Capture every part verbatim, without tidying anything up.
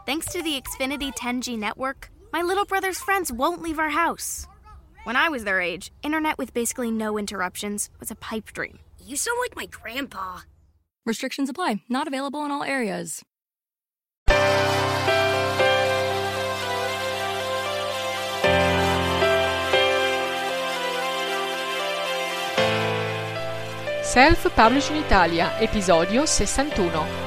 Thanks to the Xfinity ten G network, my little brother's friends won't leave our house. When I was their age, internet with basically no interruptions was a pipe dream. You sound like my grandpa. Restrictions apply. Not available in all areas. Self-Publishing Italia, episodio sessantuno.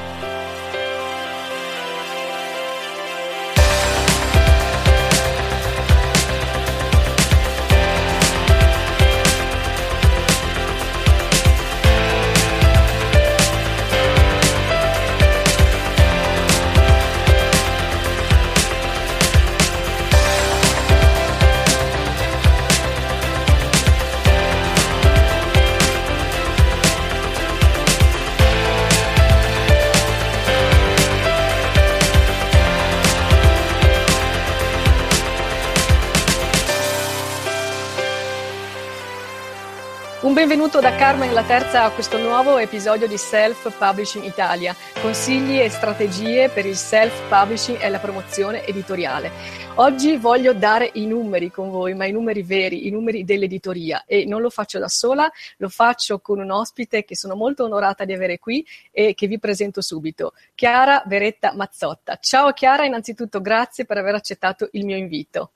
Un benvenuto da Carmen La Terza a questo nuovo episodio di Self-Publishing Italia, consigli e strategie per il self-publishing e la promozione editoriale. Oggi voglio dare i numeri con voi, ma i numeri veri, i numeri dell'editoria, e non lo faccio da sola, lo faccio con un ospite che sono molto onorata di avere qui e che vi presento subito, Chiara Beretta Mazzotta. Ciao Chiara, innanzitutto grazie per aver accettato il mio invito.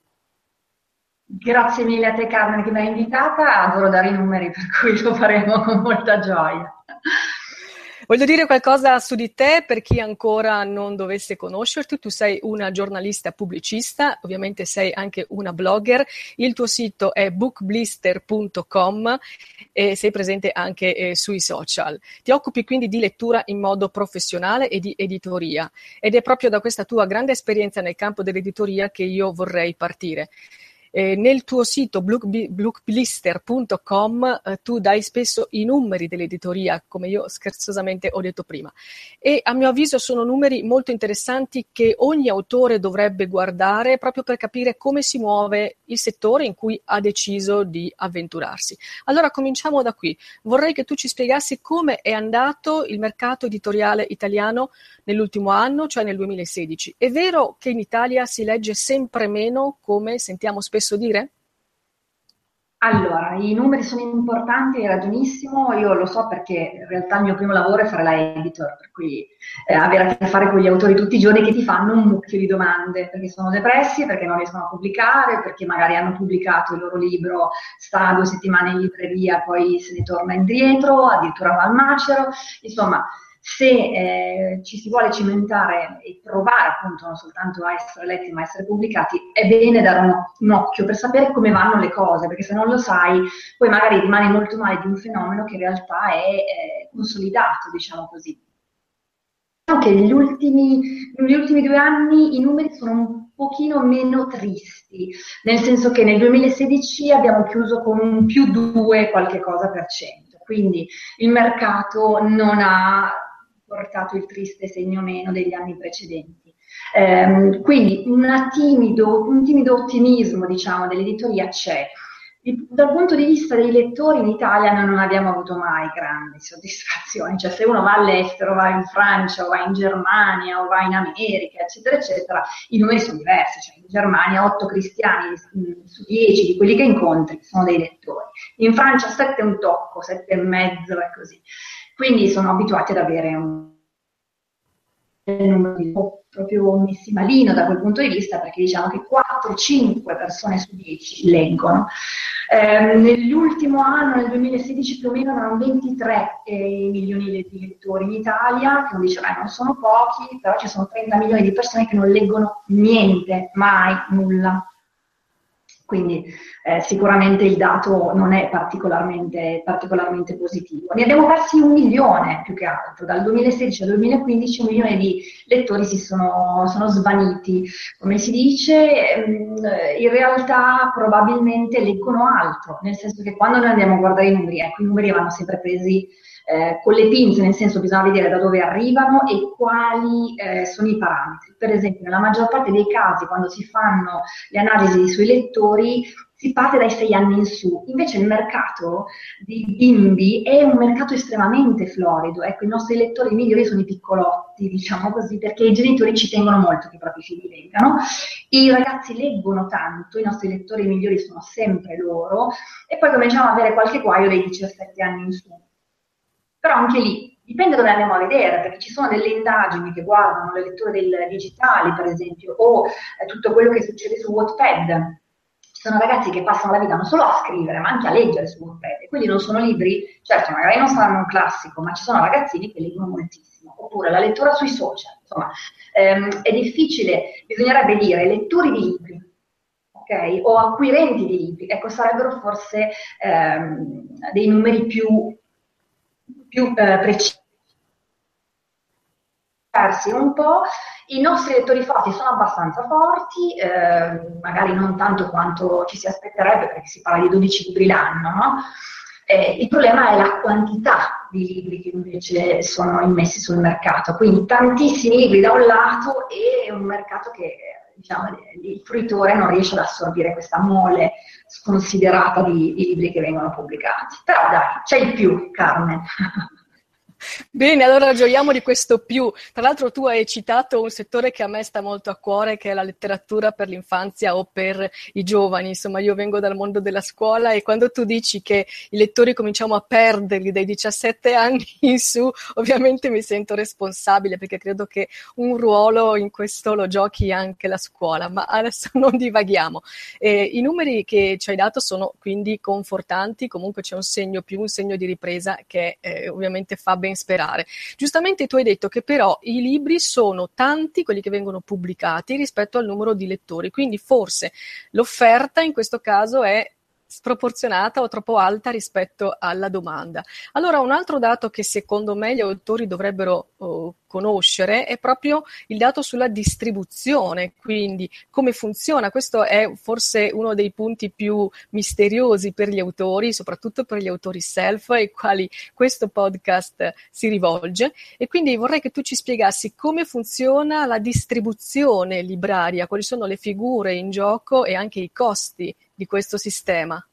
Grazie mille a te Carmen che mi hai invitata, adoro dare i numeri per cui lo faremo con molta gioia. Voglio dire qualcosa su di te per chi ancora non dovesse conoscerti. Tu sei una giornalista pubblicista, ovviamente sei anche una blogger, il tuo sito è bookblister punto com e sei presente anche eh, sui social. Ti occupi quindi di lettura in modo professionale e di editoria ed è proprio da questa tua grande esperienza nel campo dell'editoria che io vorrei partire. Eh, nel tuo sito bookblister punto com eh, tu dai spesso i numeri dell'editoria, come io scherzosamente ho detto prima, e a mio avviso sono numeri molto interessanti che ogni autore dovrebbe guardare proprio per capire come si muove il settore in cui ha deciso di avventurarsi. Allora cominciamo da qui. Vorrei che tu ci spiegassi come è andato il mercato editoriale italiano nell'ultimo anno, cioè nel duemilasedici. È vero che in Italia si legge sempre meno, come sentiamo spesso dire? Allora, i numeri sono importanti, hai ragionissimo, io lo so perché in realtà il mio primo lavoro è fare la editor, per cui eh, avere a che fare con gli autori tutti i giorni che ti fanno un mucchio di domande, perché sono depressi, perché non riescono a pubblicare, perché magari hanno pubblicato il loro libro, sta due settimane in libreria, poi se ne torna indietro, addirittura va al macero, insomma. Se eh, ci si vuole cimentare e provare appunto non soltanto a essere letti ma a essere pubblicati, è bene dare un, un occhio per sapere come vanno le cose, perché se non lo sai poi magari rimani molto male di un fenomeno che in realtà è eh, consolidato, diciamo così. Che negli ultimi, negli ultimi due anni i numeri sono un pochino meno tristi, nel senso che nel duemilasedici abbiamo chiuso con un più due qualche cosa per cento, quindi il mercato non ha portato il triste segno meno degli anni precedenti. Eh, quindi una timido, un timido ottimismo, diciamo, dell'editoria c'è. Il, dal punto di vista dei lettori in Italia noi non abbiamo avuto mai grandi soddisfazioni, cioè se uno va all'estero, va in Francia o va in Germania o va in America, eccetera, eccetera, i numeri sono diversi, cioè in Germania otto cristiani su dieci di quelli che incontri sono dei lettori, in Francia sette e un tocco, sette e mezzo e così. Quindi sono abituati ad avere un numero proprio messi malino da quel punto di vista, perché diciamo che quattro cinque persone su dieci leggono. Eh, nell'ultimo anno, nel duemilasedici, più o meno erano ventitré eh, milioni di lettori in Italia, che uno dice, beh, non sono pochi, però ci sono trenta milioni di persone che non leggono niente, mai, nulla. Quindi eh, sicuramente il dato non è particolarmente, particolarmente positivo. Ne abbiamo persi un milione più che altro, dal duemilasedici al duemilaquindici un milione di lettori si sono, sono svaniti, come si dice. In realtà probabilmente leggono altro, nel senso che quando noi andiamo a guardare i numeri, ecco, i numeri vanno sempre presi eh, con le pinze, nel senso bisogna vedere da dove arrivano e quali eh, sono i parametri. Per esempio, nella maggior parte dei casi, quando si fanno le analisi sui lettori, si parte dai sei anni in su. Invece il mercato di bimbi è un mercato estremamente florido. Ecco, i nostri lettori migliori sono i piccolotti, diciamo così, perché i genitori ci tengono molto che i propri figli leggano. I ragazzi leggono tanto, i nostri lettori migliori sono sempre loro, e poi cominciamo ad avere qualche guaio dai diciassette anni in su. Però anche lì dipende dove andiamo a vedere, perché ci sono delle indagini che guardano le letture del digitali, per esempio, o eh, tutto quello che succede su Wattpad. Ci sono ragazzi che passano la vita non solo a scrivere, ma anche a leggere su Wattpad, e quelli non sono libri, certo, magari non saranno un classico, ma ci sono ragazzini che leggono moltissimo. Oppure la lettura sui social, insomma, ehm, è difficile, bisognerebbe dire lettori di libri, ok? O acquirenti di libri, ecco, sarebbero forse ehm, dei numeri più più eh, precisi un po'. I nostri lettori forti sono abbastanza forti, eh, magari non tanto quanto ci si aspetterebbe, perché si parla di dodici libri l'anno, no? Eh, il problema è la quantità di libri che invece sono immessi sul mercato, quindi tantissimi libri da un lato e un mercato che, diciamo, il fruitore non riesce ad assorbire questa mole sconsiderata di, di libri che vengono pubblicati. Però dai, c'è il più, Carmen. Bene, allora gioiamo di questo più. Tra l'altro tu hai citato un settore che a me sta molto a cuore, che è la letteratura per l'infanzia o per i giovani. Insomma, io vengo dal mondo della scuola, e quando tu dici che i lettori cominciamo a perderli dai diciassette anni in su, ovviamente mi sento responsabile, perché credo che un ruolo in questo lo giochi anche la scuola. Ma adesso non divaghiamo. Eh, I numeri che ci hai dato sono quindi confortanti, comunque c'è un segno più, un segno di ripresa che eh, ovviamente fa ben sperare. Giustamente tu hai detto che però i libri sono tanti, quelli che vengono pubblicati, rispetto al numero di lettori, quindi forse l'offerta in questo caso è sproporzionata o troppo alta rispetto alla domanda. Allora, un altro dato che secondo me gli autori dovrebbero oh, conoscere è proprio il dato sulla distribuzione, quindi come funziona. Questo è forse uno dei punti più misteriosi per gli autori, soprattutto per gli autori self, ai quali questo podcast si rivolge, e quindi vorrei che tu ci spiegassi come funziona la distribuzione libraria, quali sono le figure in gioco e anche i costi di questo sistema.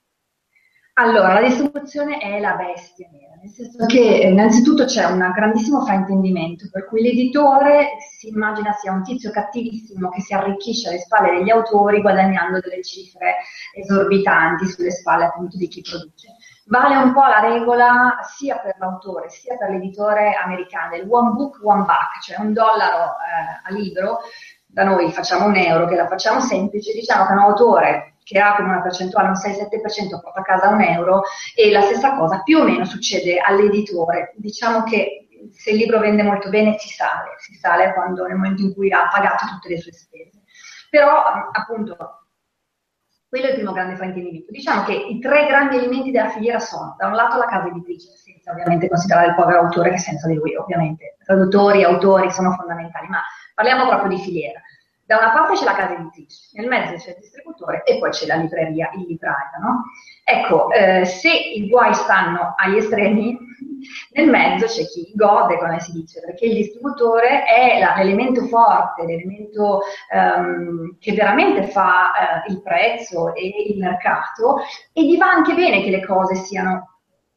Allora, la distribuzione è la bestia nera, nel senso che innanzitutto c'è un grandissimo fraintendimento, per cui l'editore si immagina sia un tizio cattivissimo che si arricchisce alle spalle degli autori guadagnando delle cifre esorbitanti sulle spalle appunto di chi produce. Vale un po' la regola sia per l'autore sia per l'editore americano, del one book, one buck, cioè un dollaro eh, a libro. Da noi facciamo un euro, che la facciamo semplice, diciamo che un autore che ha come una percentuale un sei sette per cento porta a casa un euro, e la stessa cosa più o meno succede all'editore. Diciamo che se il libro vende molto bene si sale, si sale quando, nel momento in cui ha pagato tutte le sue spese. Però appunto quello è il primo grande fraintendimento. Diciamo che i tre grandi elementi della filiera sono, da un lato, la casa editrice, senza ovviamente considerare il povero autore, che senza di lui ovviamente, traduttori, autori sono fondamentali, ma parliamo proprio di filiera. Da una parte c'è la casa editrice, nel mezzo c'è il distributore e poi c'è la libreria, il libraio, no? Ecco, eh, se i guai stanno agli estremi, nel mezzo c'è chi gode, come si dice, perché il distributore è la, l'elemento forte, l'elemento ehm, che veramente fa eh, il prezzo e il mercato, e gli va anche bene che le cose siano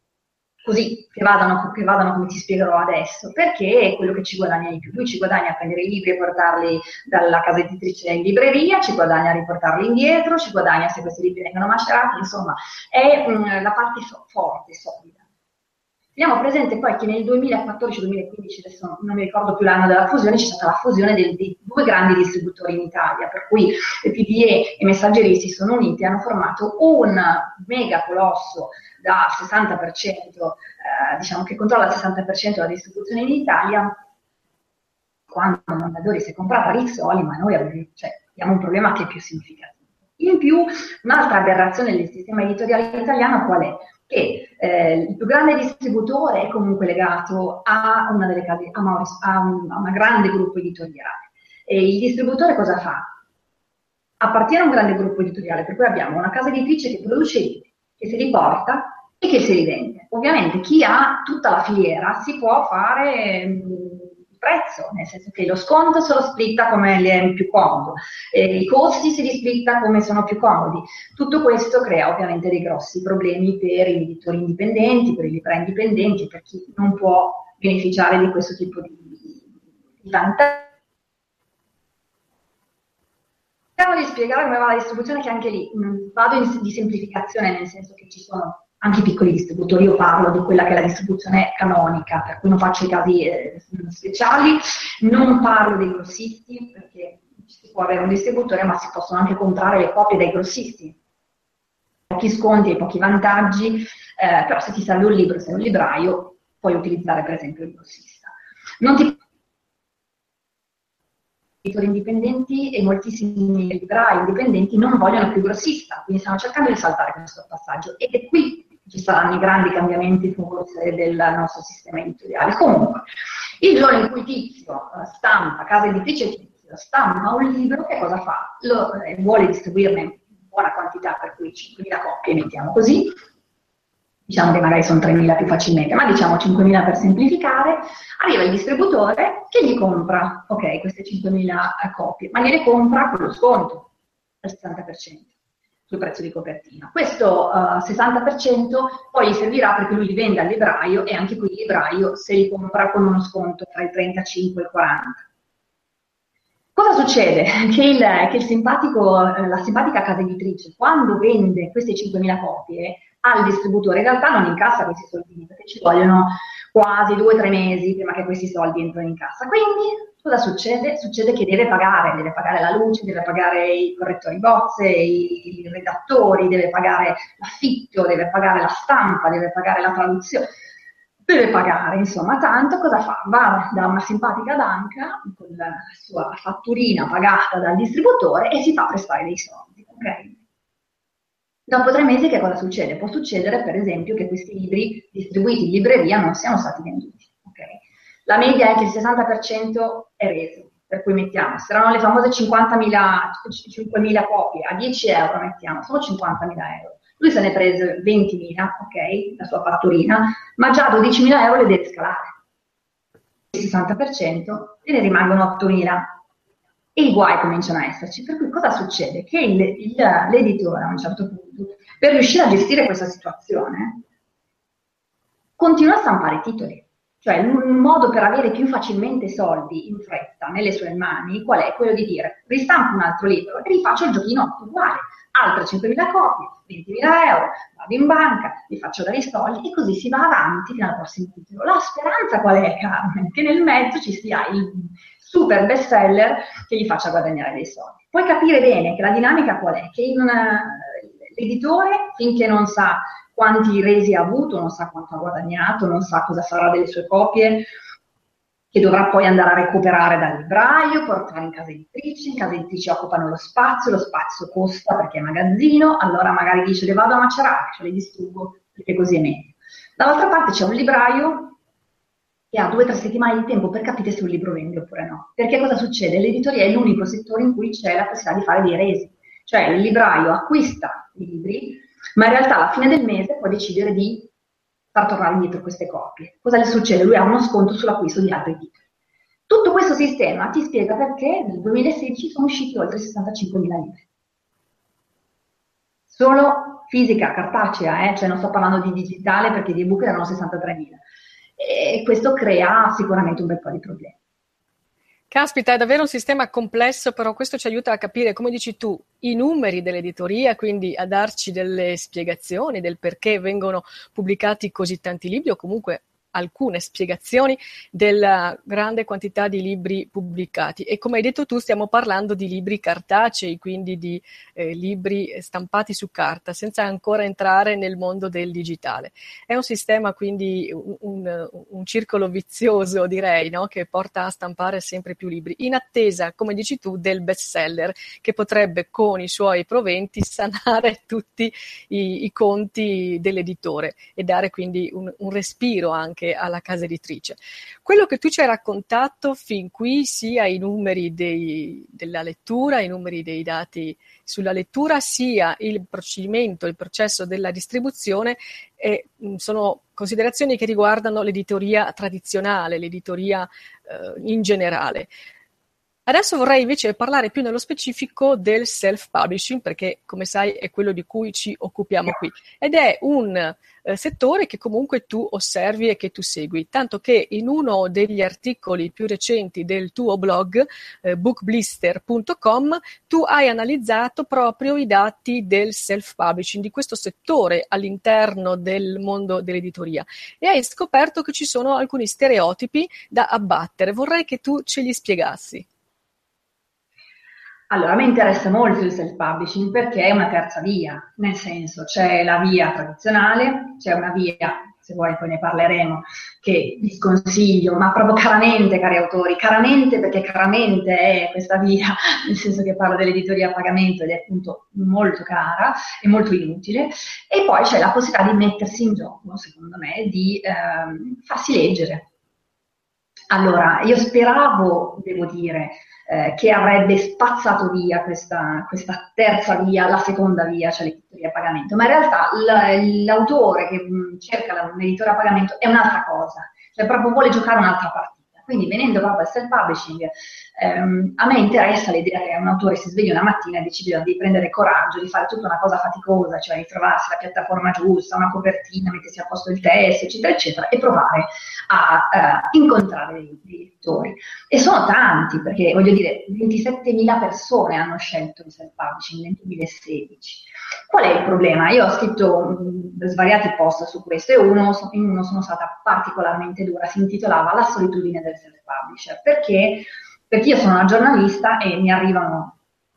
così, che vadano, che vadano come ti spiegherò adesso, perché è quello che ci guadagna di più. Lui ci guadagna a prendere i libri e portarli dalla casa editrice in libreria, ci guadagna a riportarli indietro, ci guadagna se questi libri vengono macerati, insomma, è mh, la parte so- forte, solida. Teniamo presente poi che nel duemilaquattordici duemilaquindici, adesso non mi ricordo più l'anno della fusione, c'è stata la fusione dei, dei due grandi distributori in Italia, per cui P D E e Messaggeri si sono uniti e hanno formato un mega colosso da sessanta per cento, eh, diciamo che controlla il sessanta per cento della distribuzione in Italia. Quando Mondadori si è comprata Rizzoli, ma noi abbiamo, cioè, abbiamo un problema che è più significativo. In più, un'altra aberrazione del sistema editoriale italiano qual è? Che eh, il più grande distributore è comunque legato a una delle case, a, Mauris, a, un, a una grande gruppo editoriale. E il distributore cosa fa? Appartiene a un grande gruppo editoriale, per cui abbiamo una casa editrice che produce libri, che se li porta e che se li vende. Ovviamente chi ha tutta la filiera si può fare, prezzo, nel senso che lo sconto se lo splitta come le è più comodo, eh, i costi si li splitta come sono più comodi. Tutto questo crea ovviamente dei grossi problemi per i editori indipendenti, per i librai indipendenti, per chi non può beneficiare di questo tipo di, di vantaggi. Cerchiamo di spiegare come va la distribuzione, che anche lì mh, vado in, di semplificazione, nel senso che ci sono anche i piccoli distributori. Io parlo di quella che è la distribuzione canonica, per cui non faccio i casi eh, speciali, non parlo dei grossisti, perché si può avere un distributore ma si possono anche comprare le copie dai grossisti, pochi sconti e pochi vantaggi, eh, però se ti serve un libro, sei un libraio, puoi utilizzare per esempio il grossista. Non ti editori indipendenti e moltissimi librai indipendenti non vogliono più grossista, quindi stanno cercando di saltare questo passaggio, ed è qui ci saranno i grandi cambiamenti forse del nostro sistema editoriale. Comunque, il giorno in cui Tizio stampa, casa editrice Tizio, stampa un libro, che cosa fa? Lo, eh, vuole distribuirne in buona quantità, per cui cinquemila copie, mettiamo così, diciamo che magari sono tremila più facilmente, ma diciamo cinquemila per semplificare, arriva il distributore che gli compra, ok, queste cinquemila copie, ma gliele compra con lo sconto, al sessanta per cento. Sul prezzo di copertina. Questo uh, sessanta per cento poi gli servirà perché lui li vende al libraio, e anche qui il libraio se li compra con uno sconto tra il trentacinque e il quaranta. Cosa succede? Che, il, che il simpatico, la simpatica casa editrice, quando vende queste cinquemila copie al distributore, in realtà non incassa questi soldini, perché ci vogliono quasi due o tre mesi prima che questi soldi entrino in cassa. Quindi cosa succede? Succede che deve pagare, deve pagare la luce, deve pagare i correttori bozze, i, i redattori, deve pagare l'affitto, deve pagare la stampa, deve pagare la traduzione, deve pagare, insomma, tanto. Cosa fa? Va da una simpatica banca con la sua fatturina pagata dal distributore e si fa prestare dei soldi, ok? Dopo tre mesi che cosa succede? Può succedere, per esempio, che questi libri distribuiti in libreria non siano stati venduti, ok? La media è che il sessanta per cento è reso, per cui mettiamo, saranno le famose cinquantamila, cinquemila copie, a dieci euro mettiamo, sono cinquantamila euro. Lui se ne è preso ventimila, ok, la sua fatturina, ma già dodicimila euro le deve scalare. Il sessanta per cento e ne rimangono ottomila. E i guai cominciano a esserci, per cui cosa succede? Che il, il, l'editore a un certo punto, per riuscire a gestire questa situazione, continua a stampare titoli. Cioè un modo per avere più facilmente soldi in fretta nelle sue mani, qual è? Quello di dire: ristampo un altro libro e rifaccio il giochino uguale, altre cinquemila copie, ventimila euro, vado in banca, vi faccio dare i soldi, e così si va avanti fino al prossimo titolo. La speranza qual è, Carmen? Che nel mezzo ci sia il super bestseller che gli faccia guadagnare dei soldi. Puoi capire bene che la dinamica qual è? Che in, uh, l'editore, finché non sa quanti resi ha avuto, non sa quanto ha guadagnato, non sa cosa sarà delle sue copie, che dovrà poi andare a recuperare dal libraio, portare in casa editrice, in casa editrice occupano lo spazio, lo spazio costa perché è magazzino, allora magari dice: le vado a macerare, cioè le distruggo perché così è meglio. Dall'altra parte c'è un libraio che ha due o tre settimane di tempo per capire se un libro vende oppure no. Perché cosa succede? L'editoria è l'unico settore in cui c'è la possibilità di fare dei resi. Cioè il libraio acquista i libri, ma in realtà alla fine del mese può decidere di far tornare indietro queste copie. Cosa gli succede? Lui ha uno sconto sull'acquisto di altri titoli. Tutto questo sistema ti spiega perché nel duemilasedici sono usciti oltre sessantacinquemila libri. Solo fisica, cartacea, eh? Cioè non sto parlando di digitale, perché di ebook erano sessantatremila. E questo crea sicuramente un bel po' di problemi. Caspita, è davvero un sistema complesso, però questo ci aiuta a capire, come dici tu, i numeri dell'editoria, quindi a darci delle spiegazioni del perché vengono pubblicati così tanti libri, o comunque alcune spiegazioni della grande quantità di libri pubblicati. E come hai detto tu, stiamo parlando di libri cartacei, quindi di eh, libri stampati su carta, senza ancora entrare nel mondo del digitale. È un sistema quindi un, un, un circolo vizioso, direi, no? Che porta a stampare sempre più libri, in attesa, come dici tu, del bestseller, che potrebbe con i suoi proventi sanare tutti i, i conti dell'editore e dare quindi un, un respiro anche anche alla casa editrice. Quello che tu ci hai raccontato fin qui, sia i numeri dei, della lettura, i numeri dei dati sulla lettura, sia il procedimento, il processo della distribuzione, eh, sono considerazioni che riguardano l'editoria tradizionale, l'editoria eh, in generale. Adesso vorrei invece parlare più nello specifico del self-publishing, perché come sai è quello di cui ci occupiamo qui, ed è un eh, settore che comunque tu osservi e che tu segui, tanto che in uno degli articoli più recenti del tuo blog, eh, book blister punto com, tu hai analizzato proprio i dati del self-publishing, di questo settore all'interno del mondo dell'editoria, e hai scoperto che ci sono alcuni stereotipi da abbattere. Vorrei che tu ce li spiegassi. Allora, a me interessa molto il self-publishing perché è una terza via, nel senso c'è la via tradizionale, c'è una via, se vuoi poi ne parleremo, che vi sconsiglio, ma proprio caramente, cari autori, caramente perché caramente è questa via, nel senso che parlo dell'editoria a pagamento ed è appunto molto cara e molto inutile, e poi c'è la possibilità di mettersi in gioco, secondo me, di ehm, farsi leggere. Allora, io speravo, devo dire, eh, che avrebbe spazzato via questa, questa terza via, la seconda via, cioè l'editoria a pagamento, ma in realtà l- l'autore che mh, cerca l'editore a pagamento è un'altra cosa, cioè proprio vuole giocare un'altra partita. Quindi venendo proprio al self-publishing, ehm, a me interessa l'idea che un autore si sveglia una mattina e decide di prendere coraggio, di fare tutta una cosa faticosa, cioè di trovarsi la piattaforma giusta, una copertina, mettersi a posto il testo, eccetera, eccetera, e provare a uh, incontrare dei, dei lettori. E sono tanti, perché voglio dire, ventisettemila persone hanno scelto il self-publishing nel duemilasedici. Qual è il problema? Io ho scritto mh, svariati post su questo e uno, in uno sono stata particolarmente dura, si intitolava La solitudine del self-publisher, perché, perché io sono una giornalista e mi arrivano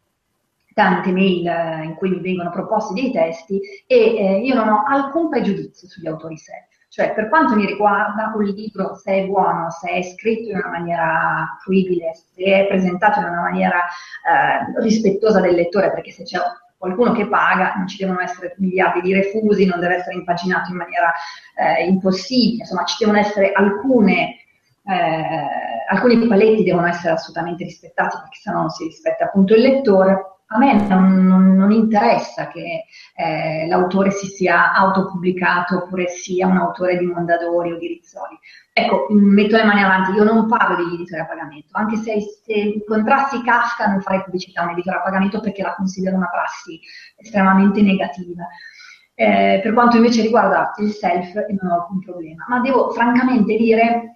tante mail in cui mi vengono proposti dei testi e eh, io non ho alcun pregiudizio sugli autori self. Cioè, per quanto mi riguarda, un libro, se è buono, se è scritto in una maniera fruibile, se è presentato in una maniera eh, rispettosa del lettore, perché se c'è qualcuno che paga, non ci devono essere miliardi di refusi, non deve essere impaginato in maniera eh, impossibile, insomma ci devono essere alcune, eh, alcuni paletti devono essere assolutamente rispettati, perché sennò non si rispetta appunto il lettore. A me non, non, non interessa che eh, l'autore si sia autopubblicato oppure sia un autore di Mondadori o di Rizzoli. Ecco, metto le mani avanti, io non parlo degli editori a pagamento, anche se, se incontrassi Kafka non farei pubblicità a un editore a pagamento perché la considero una prassi estremamente negativa. Eh, per quanto invece riguarda il self, non ho alcun problema, ma devo francamente dire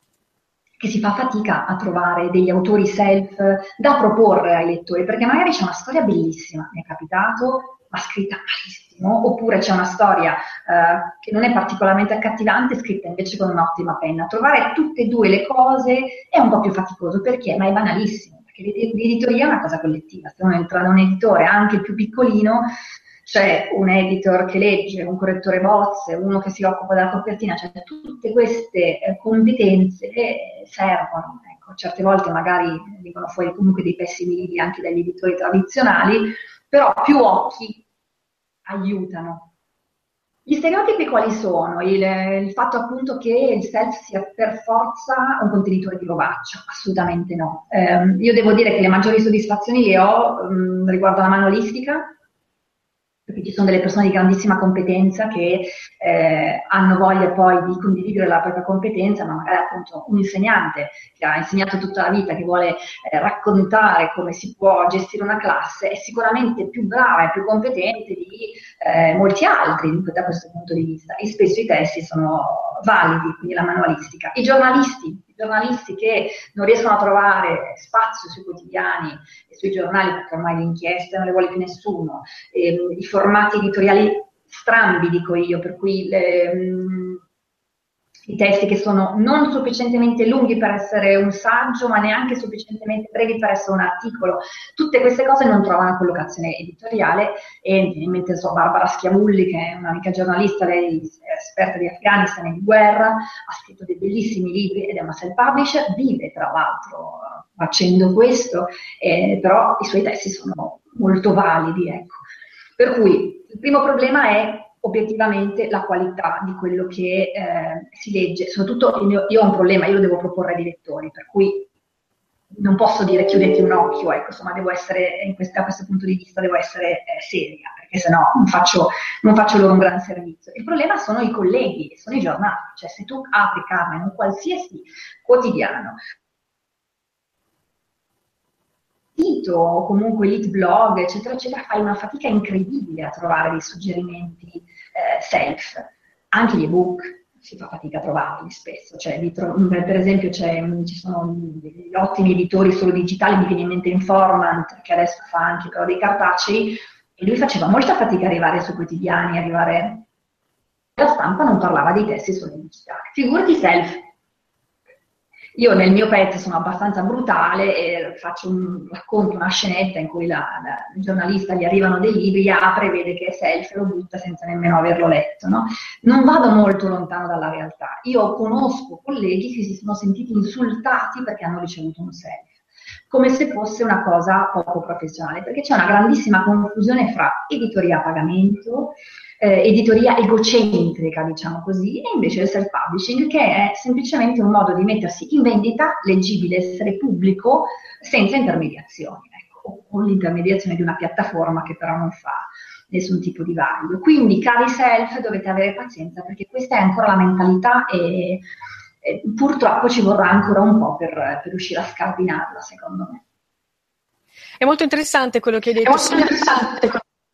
che si fa fatica a trovare degli autori self da proporre ai lettori, perché magari c'è una storia bellissima, mi è capitato, ma scritta malissimo, oppure c'è una storia eh, che non è particolarmente accattivante, scritta invece con un'ottima penna. Trovare tutte e due le cose è un po' più faticoso, perché? Ma è banalissimo, perché l'editoria è una cosa collettiva, se uno entra da un editore, anche il più piccolino, c'è un editor che legge, un correttore bozze, uno che si occupa della copertina, cioè tutte queste eh, competenze eh, servono. Ecco, certe volte magari vengono fuori comunque dei pessimi libri anche dagli editori tradizionali, però più occhi aiutano. Gli stereotipi quali sono? Il, il fatto appunto che il self sia per forza un contenitore di robaccio? Assolutamente no. Eh, io devo dire che le maggiori soddisfazioni le ho mh, riguardo alla manualistica, perché ci sono delle persone di grandissima competenza che eh, hanno voglia poi di condividere la propria competenza, ma magari appunto un insegnante che ha insegnato tutta la vita, che vuole eh, raccontare come si può gestire una classe, è sicuramente più brava e più competente di eh, molti altri da questo punto di vista, e spesso i testi sono validi, quindi la manualistica. I giornalisti, i giornalisti che non riescono a trovare spazio sui quotidiani e sui giornali, perché ormai le inchieste non le vuole più nessuno, e, i formati editoriali strambi, dico io, per cui le, mh, i testi che sono non sufficientemente lunghi per essere un saggio, ma neanche sufficientemente brevi per essere un articolo. Tutte queste cose non trovano collocazione editoriale, e in mente so Barbara Schiavulli, che è un'amica giornalista, lei è esperta di Afghanistan e di guerra, ha scritto dei bellissimi libri ed è una self-publisher, vive tra l'altro facendo questo, eh, però i suoi testi sono molto validi, ecco. Per cui il primo problema è obiettivamente la qualità di quello che eh, si legge. Soprattutto io, io ho un problema, io lo devo proporre ai lettori, per cui non posso dire chiudete un occhio, ecco, insomma, devo essere, in questo, da questo punto di vista, devo essere eh, seria, perché sennò non faccio, non faccio loro un gran servizio. Il problema sono i colleghi, sono i giornali, cioè se tu apri, Carmen, un qualsiasi quotidiano, sito o comunque lead blog, eccetera, eccetera, fai una fatica incredibile a trovare dei suggerimenti eh, self, anche gli ebook. Si fa fatica a trovarli spesso, cioè, per esempio c'è, ci sono degli ottimi editori solo digitali, mi viene in mente Informant, che adesso fa anche però dei cartacei, e lui faceva molta fatica ad arrivare sui quotidiani, arrivare la stampa, non parlava dei testi solo digitali. Figurati self. Io nel mio pezzo sono abbastanza brutale e faccio un racconto, una scenetta in cui la, la, il giornalista gli arrivano dei libri, apre, vede che è self e lo butta senza nemmeno averlo letto, no? Non vado molto lontano dalla realtà. Io conosco colleghi che si sono sentiti insultati perché hanno ricevuto un self, come se fosse una cosa poco professionale, perché c'è una grandissima confusione fra editoria a pagamento, Eh, editoria egocentrica, diciamo così, e invece il self-publishing, che è semplicemente un modo di mettersi in vendita, leggibile, essere pubblico, senza intermediazioni, ecco, o con l'intermediazione di una piattaforma che però non fa nessun tipo di vaglio. Quindi, cari self, dovete avere pazienza, perché questa è ancora la mentalità e, e purtroppo ci vorrà ancora un po' per, per riuscire a scardinarla, secondo me. È molto interessante quello che hai detto. È molto interessante.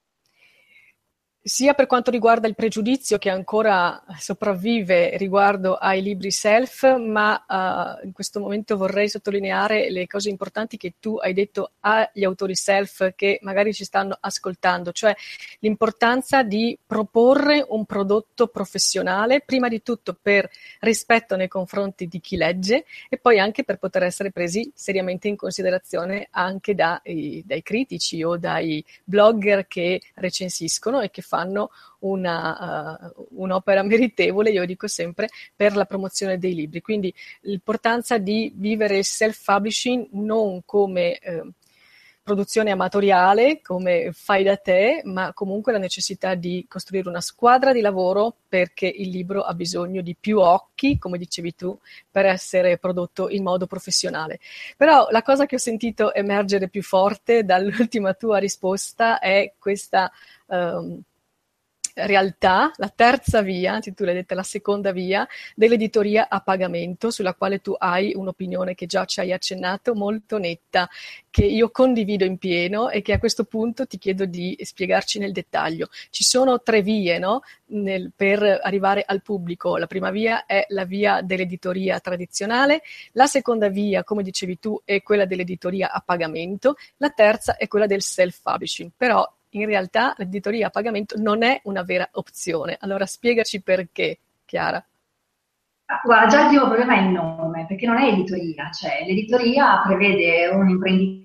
Sia per quanto riguarda il pregiudizio che ancora sopravvive riguardo ai libri self, ma uh, in questo momento vorrei sottolineare le cose importanti che tu hai detto agli autori self che magari ci stanno ascoltando, cioè l'importanza di proporre un prodotto professionale, prima di tutto per rispetto nei confronti di chi legge e poi anche per poter essere presi seriamente in considerazione anche dai, dai critici o dai blogger che recensiscono e che fanno una, uh, un'opera meritevole, io dico sempre, per la promozione dei libri. Quindi l'importanza di vivere il self-publishing non come eh, produzione amatoriale, come fai da te, ma comunque la necessità di costruire una squadra di lavoro perché il libro ha bisogno di più occhi, come dicevi tu, per essere prodotto in modo professionale. Però la cosa che ho sentito emergere più forte dall'ultima tua risposta è questa um, realtà, la terza via, anzi tu l'hai detta la seconda via, dell'editoria a pagamento, sulla quale tu hai un'opinione che già ci hai accennato molto netta, che io condivido in pieno e che a questo punto ti chiedo di spiegarci nel dettaglio. Ci sono tre vie, no? Nel, per arrivare al pubblico. La prima via è la via dell'editoria tradizionale, la seconda via, come dicevi tu, è quella dell'editoria a pagamento, la terza è quella del self-publishing. Però in realtà l'editoria a pagamento non è una vera opzione. Allora spiegaci perché, Chiara. Guarda, già il primo problema è il nome, perché non è editoria, cioè l'editoria prevede un imprenditore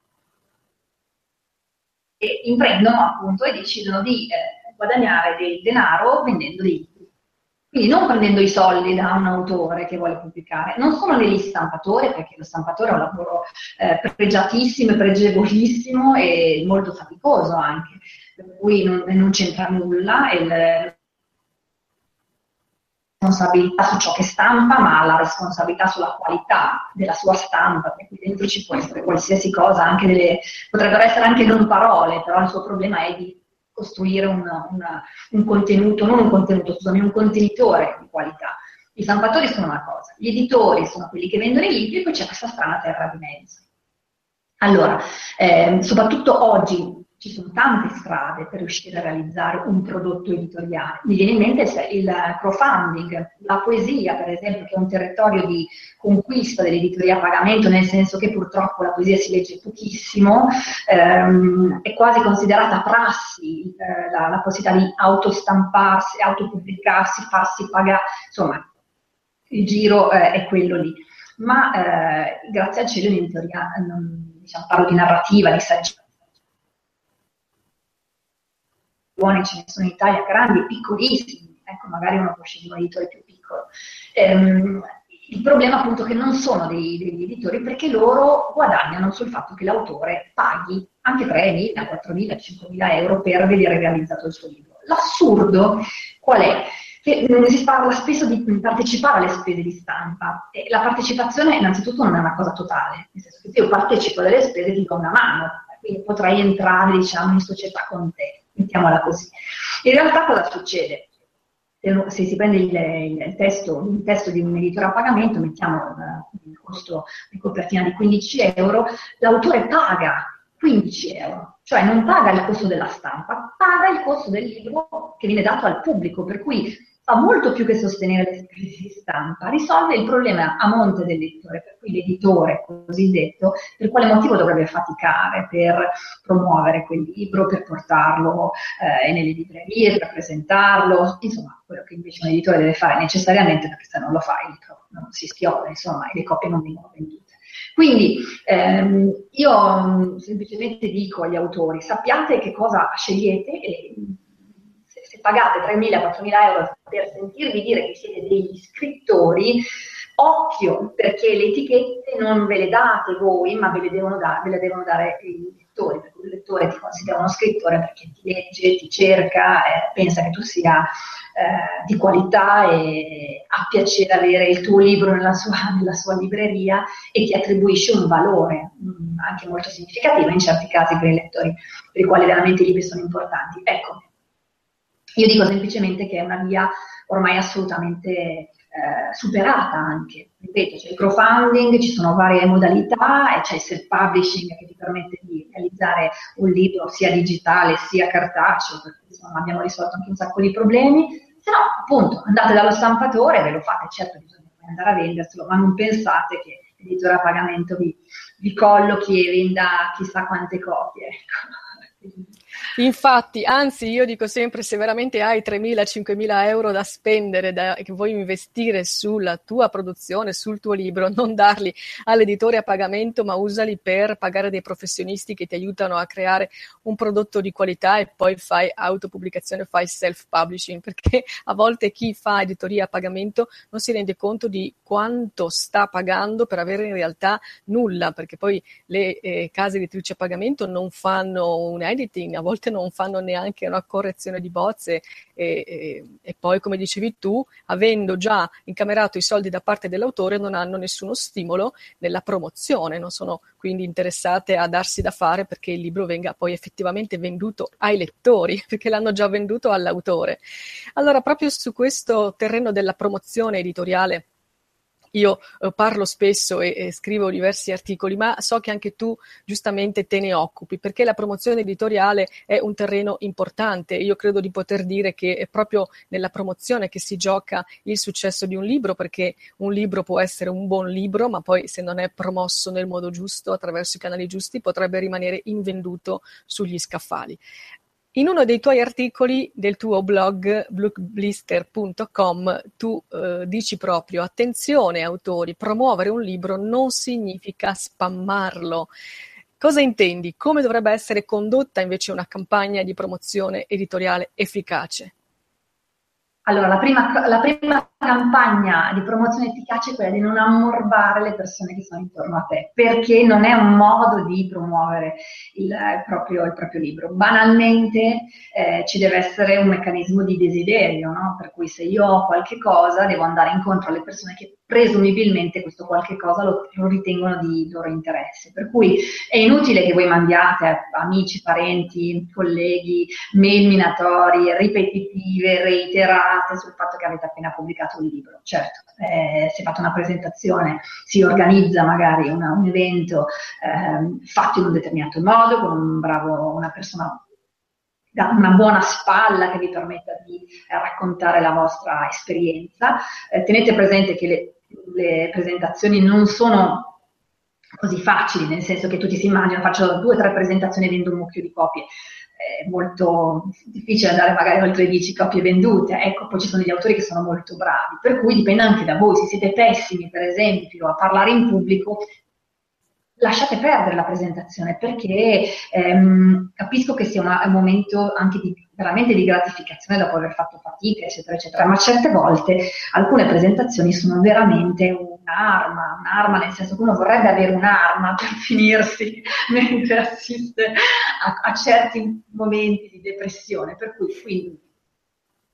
che imprendono appunto e decidono di eh, guadagnare del denaro vendendo dei libri. Quindi non prendendo i soldi da un autore che vuole pubblicare, non sono degli stampatori, perché lo stampatore è un lavoro eh, pregiatissimo, pregevolissimo e molto faticoso anche, per cui non, non c'entra nulla e la responsabilità su ciò che stampa, ma la responsabilità sulla qualità della sua stampa, perché qui dentro ci può essere qualsiasi cosa, anche delle, potrebbero essere anche non parole, però il suo problema è di costruire una, una, un contenuto, non un contenuto, scusami, un contenitore di qualità. I stampatori sono una cosa, gli editori sono quelli che vendono i libri e poi c'è questa strana terra di mezzo. Allora, eh, soprattutto oggi ci sono tante strade per riuscire a realizzare un prodotto editoriale. Mi viene in mente il crowdfunding, la poesia per esempio, che è un territorio di conquista dell'editoria a pagamento, nel senso che purtroppo la poesia si legge pochissimo, ehm, è quasi considerata prassi eh, la, la possibilità di autostamparsi, autopubblicarsi, farsi pagare, insomma il giro eh, è quello lì. Ma eh, grazie al cielo in editoria, non, diciamo, parlo di narrativa, di saggezza, buoni ce ne sono in Italia, grandi e piccolissimi, ecco, magari uno può scegliere un editore più piccolo. Ehm, il problema appunto è che non sono dei, degli editori, perché loro guadagnano sul fatto che l'autore paghi anche tremila, quattromila, cinquemila euro per vedere realizzato il suo libro. L'assurdo qual è? Che mh, si parla spesso di partecipare alle spese di stampa, e la partecipazione innanzitutto non è una cosa totale, nel senso che se io partecipo alle spese ti do una mano, quindi potrai entrare, diciamo, in società con te, mettiamola così. In realtà cosa succede? Se, se si prende il, il, testo, il testo di un editore a pagamento, mettiamo uh, il costo di copertina di quindici euro, l'autore paga quindici euro, cioè non paga il costo della stampa, paga il costo del libro che viene dato al pubblico, per cui fa molto più che sostenere le spese di stampa, risolve il problema a monte del lettore, per cui l'editore cosiddetto, per quale motivo dovrebbe faticare per promuovere quel libro, per portarlo eh, nelle librerie, per presentarlo, insomma, quello che invece un editore deve fare necessariamente, perché se non lo fa il libro non si schioda, insomma, e le copie non vengono vendute. Quindi ehm, io semplicemente dico agli autori, sappiate che cosa scegliete e se, se pagate tremila quattromila euro per sentirvi dire che siete degli scrittori, occhio, perché le etichette non ve le date voi, ma ve le devono dare, ve le devono dare i lettori, perché il lettore ti considera uno scrittore perché ti legge, ti cerca, eh, pensa che tu sia eh, di qualità e ha piacere avere il tuo libro nella sua, nella sua libreria e ti attribuisce un valore mh, anche molto significativo in certi casi per i lettori, per i quali veramente i libri sono importanti. Ecco, io dico semplicemente che è una via ormai assolutamente Eh, superata anche, ripeto, c'è il crowdfunding, ci sono varie modalità e c'è il self-publishing che ti permette di realizzare un libro sia digitale sia cartaceo, per cui insomma abbiamo risolto anche un sacco di problemi, se no appunto andate dallo stampatore, ve lo fate, certo bisogna andare a venderselo, ma non pensate che l'editore a pagamento vi, vi collochi e venda chissà quante copie, ecco. Infatti, anzi, io dico sempre, se veramente hai tremila cinquemila euro da spendere, da, che vuoi investire sulla tua produzione, sul tuo libro, non darli all'editore a pagamento, ma usali per pagare dei professionisti che ti aiutano a creare un prodotto di qualità e poi fai autopubblicazione, fai self-publishing, perché a volte chi fa editoria a pagamento non si rende conto di quanto sta pagando per avere in realtà nulla, perché poi le eh, case editrici a pagamento non fanno un editing, a volte non fanno neanche una correzione di bozze e, e, e poi, come dicevi tu, avendo già incamerato i soldi da parte dell'autore, non hanno nessuno stimolo nella promozione, non sono quindi interessate a darsi da fare perché il libro venga poi effettivamente venduto ai lettori, perché l'hanno già venduto all'autore. Allora, proprio su questo terreno della promozione editoriale io eh, parlo spesso e, e scrivo diversi articoli, ma so che anche tu giustamente te ne occupi, perché la promozione editoriale è un terreno importante. Io credo di poter dire che è proprio nella promozione che si gioca il successo di un libro, perché un libro può essere un buon libro, ma poi se non è promosso nel modo giusto, attraverso i canali giusti, potrebbe rimanere invenduto sugli scaffali. In uno dei tuoi articoli del tuo blog book blister punto com tu eh, dici proprio: attenzione autori, promuovere un libro non significa spammarlo. Cosa intendi? Come dovrebbe essere condotta invece una campagna di promozione editoriale efficace? Allora, la prima, la prima campagna di promozione efficace è quella di non ammorbare le persone che sono intorno a te, perché non è un modo di promuovere il, il, proprio, il proprio libro. Banalmente eh, ci deve essere un meccanismo di desiderio, no? Per cui se io ho qualche cosa devo andare incontro alle persone che presumibilmente questo qualche cosa lo, lo ritengono di loro interesse. Per cui è inutile che voi mandiate a amici, parenti, colleghi, mail minatorie, ripetitive, reiterate sul fatto che avete appena pubblicato un libro. Certo, eh, si è fatta una presentazione, si organizza magari una, un evento eh, fatto in un determinato modo, con un bravo, una persona, una buona spalla che vi permetta di eh, raccontare la vostra esperienza. Eh, tenete presente che le, le presentazioni non sono così facili, nel senso che tutti si immaginano, faccio due o tre presentazioni e vendo un mucchio di copie. È molto difficile andare magari oltre dieci copie vendute, ecco, poi ci sono degli autori che sono molto bravi, per cui dipende anche da voi. Se siete pessimi, per esempio, a parlare in pubblico, lasciate perdere la presentazione, perché ehm, capisco che sia una, un momento anche di, veramente di gratificazione dopo aver fatto fatica, eccetera, eccetera, ma certe volte alcune presentazioni sono veramente un'arma, un'arma nel senso che uno vorrebbe avere un'arma per finirsi mentre assiste a, a certi momenti di depressione, per cui quindi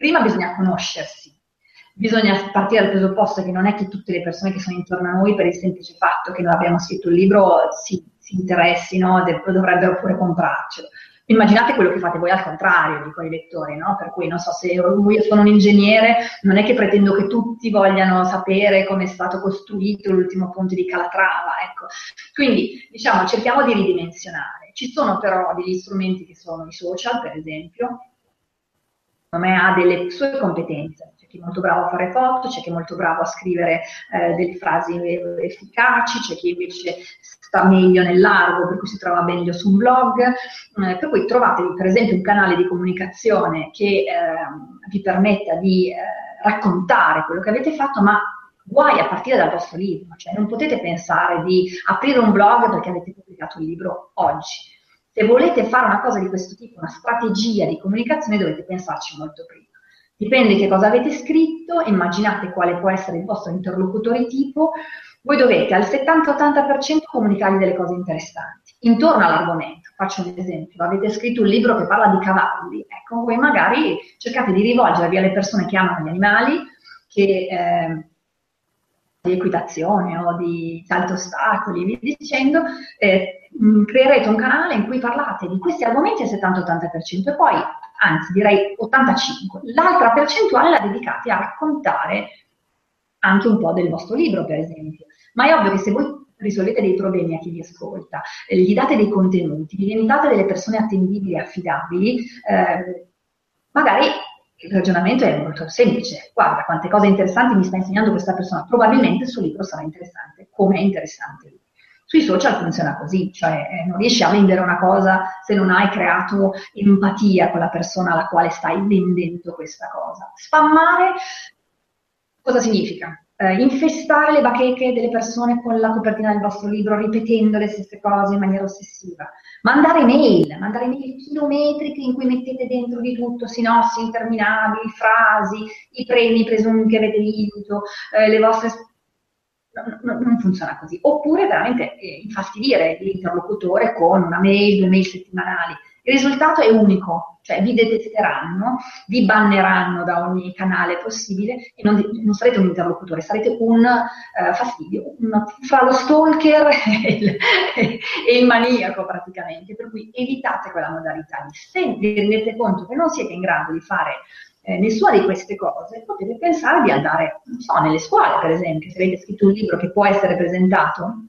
Prima bisogna conoscersi. Bisogna partire dal presupposto che non è che tutte le persone che sono intorno a noi, per il semplice fatto che noi abbiamo scritto un libro, si, si interessino, dov- dovrebbero pure comprarcelo. Immaginate quello che fate voi al contrario, dico ai lettori, no? Per cui non so se io sono un ingegnere, non è che pretendo che tutti vogliano sapere come è stato costruito l'ultimo ponte di Calatrava, ecco. Quindi, diciamo, cerchiamo di ridimensionare. Ci sono però degli strumenti che sono i social, per esempio, secondo me ha delle sue competenze, c'è chi è molto bravo a fare foto, c'è chi è molto bravo a scrivere eh, delle frasi efficaci, c'è chi invece sta meglio nel largo, per cui si trova meglio su un blog, eh, per cui trovatevi per esempio un canale di comunicazione che eh, vi permetta di eh, raccontare quello che avete fatto, ma guai a partire dal vostro libro, cioè non potete pensare di aprire un blog perché avete pubblicato il libro oggi. Se volete fare una cosa di questo tipo, una strategia di comunicazione, dovete pensarci molto prima. Dipende che cosa avete scritto, immaginate quale può essere il vostro interlocutore tipo, voi dovete al settanta ottanta per cento comunicargli delle cose interessanti, intorno all'argomento. Faccio un esempio, avete scritto un libro che parla di cavalli, ecco, voi magari cercate di rivolgervi alle persone che amano gli animali, che... Eh, di equitazione o di salto ostacoli, via dicendo, eh, creerete un canale in cui parlate di questi argomenti al settanta ottanta per cento e poi, anzi direi ottantacinque per cento, l'altra percentuale la dedicate a raccontare anche un po' del vostro libro, per esempio. Ma è ovvio che se voi risolvete dei problemi a chi vi ascolta, eh, gli date dei contenuti, diventate delle persone attendibili e affidabili, eh, magari il ragionamento è molto semplice. Guarda quante cose interessanti mi sta insegnando questa persona, probabilmente il suo libro sarà interessante, come è interessante lui. Sui social funziona così, cioè eh, non riesci a vendere una cosa se non hai creato empatia con la persona alla quale stai vendendo questa cosa. Spammare cosa significa? Eh, infestare le bacheche delle persone con la copertina del vostro libro, ripetendo le stesse cose in maniera ossessiva. Mandare mail, mandare mail chilometriche in cui mettete dentro di tutto, sinossi interminabili, frasi, i premi presunti che avete vinto, eh, le vostre... No, no, non funziona così. Oppure veramente eh, infastidire l'interlocutore con una mail, due mail settimanali. Il risultato è unico, cioè vi detetteranno, vi banneranno da ogni canale possibile e non, non sarete un interlocutore, sarete un uh, fastidio, un, fra lo stalker e il, e il maniaco praticamente, per cui evitate quella modalità. Se vi rendete conto che non siete in grado di fare eh, nessuna di queste cose, potete pensare di andare, non so, nelle scuole per esempio, se avete scritto un libro che può essere presentato,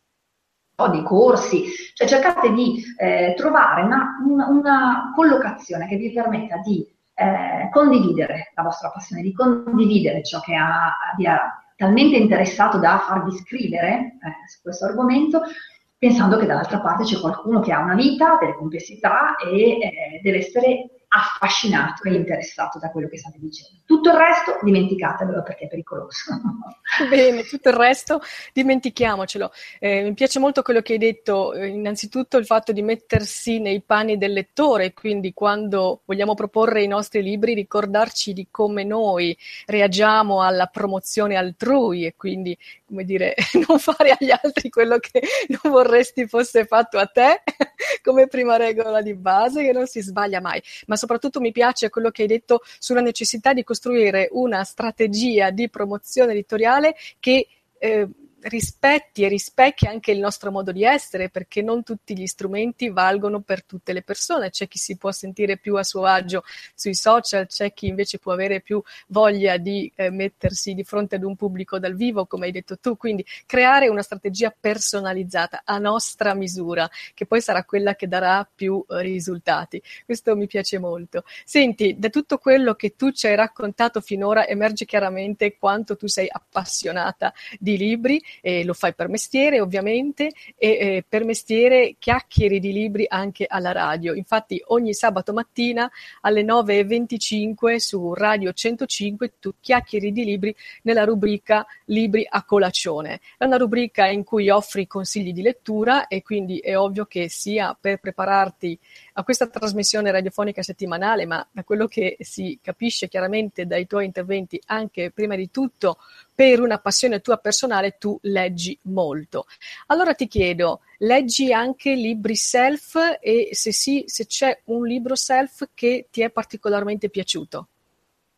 o dei corsi, cioè cercate di eh, trovare una, una, una collocazione che vi permetta di eh, condividere la vostra passione, di condividere ciò che ha, vi ha talmente interessato da farvi scrivere eh, su questo argomento, pensando che dall'altra parte c'è qualcuno che ha una vita, delle complessità e eh, deve essere affascinato e interessato da quello che state dicendo. Tutto il resto dimenticatevelo perché è pericoloso. Bene, tutto il resto dimentichiamocelo. Eh, mi piace molto quello che hai detto, eh, innanzitutto il fatto di mettersi nei panni del lettore, quindi quando vogliamo proporre i nostri libri ricordarci di come noi reagiamo alla promozione altrui e quindi, come dire, non fare agli altri quello che non vorresti fosse fatto a te, come prima regola di base, che non si sbaglia mai. Ma soprattutto mi piace quello che hai detto sulla necessità di costruire una strategia di promozione editoriale che eh, rispetti e rispecchi anche il nostro modo di essere, perché non tutti gli strumenti valgono per tutte le persone. C'è chi si può sentire più a suo agio sui social, c'è chi invece può avere più voglia di eh, mettersi di fronte ad un pubblico dal vivo, come hai detto tu, quindi creare una strategia personalizzata a nostra misura, che poi sarà quella che darà più eh, risultati. Questo mi piace molto. Senti, da tutto quello che tu ci hai raccontato finora emerge chiaramente quanto tu sei appassionata di libri, e lo fai per mestiere ovviamente, e eh, per mestiere chiacchieri di libri anche alla radio. Infatti ogni sabato mattina alle nove e venticinque su Radio centocinque tu chiacchieri di libri nella rubrica Libri a colazione. È una rubrica in cui offri consigli di lettura e quindi è ovvio che sia per prepararti a questa trasmissione radiofonica settimanale, ma da quello che si capisce chiaramente dai tuoi interventi, anche prima di tutto per una passione tua personale, tu leggi molto. Allora ti chiedo, leggi anche libri self e se sì, se c'è un libro self che ti è particolarmente piaciuto?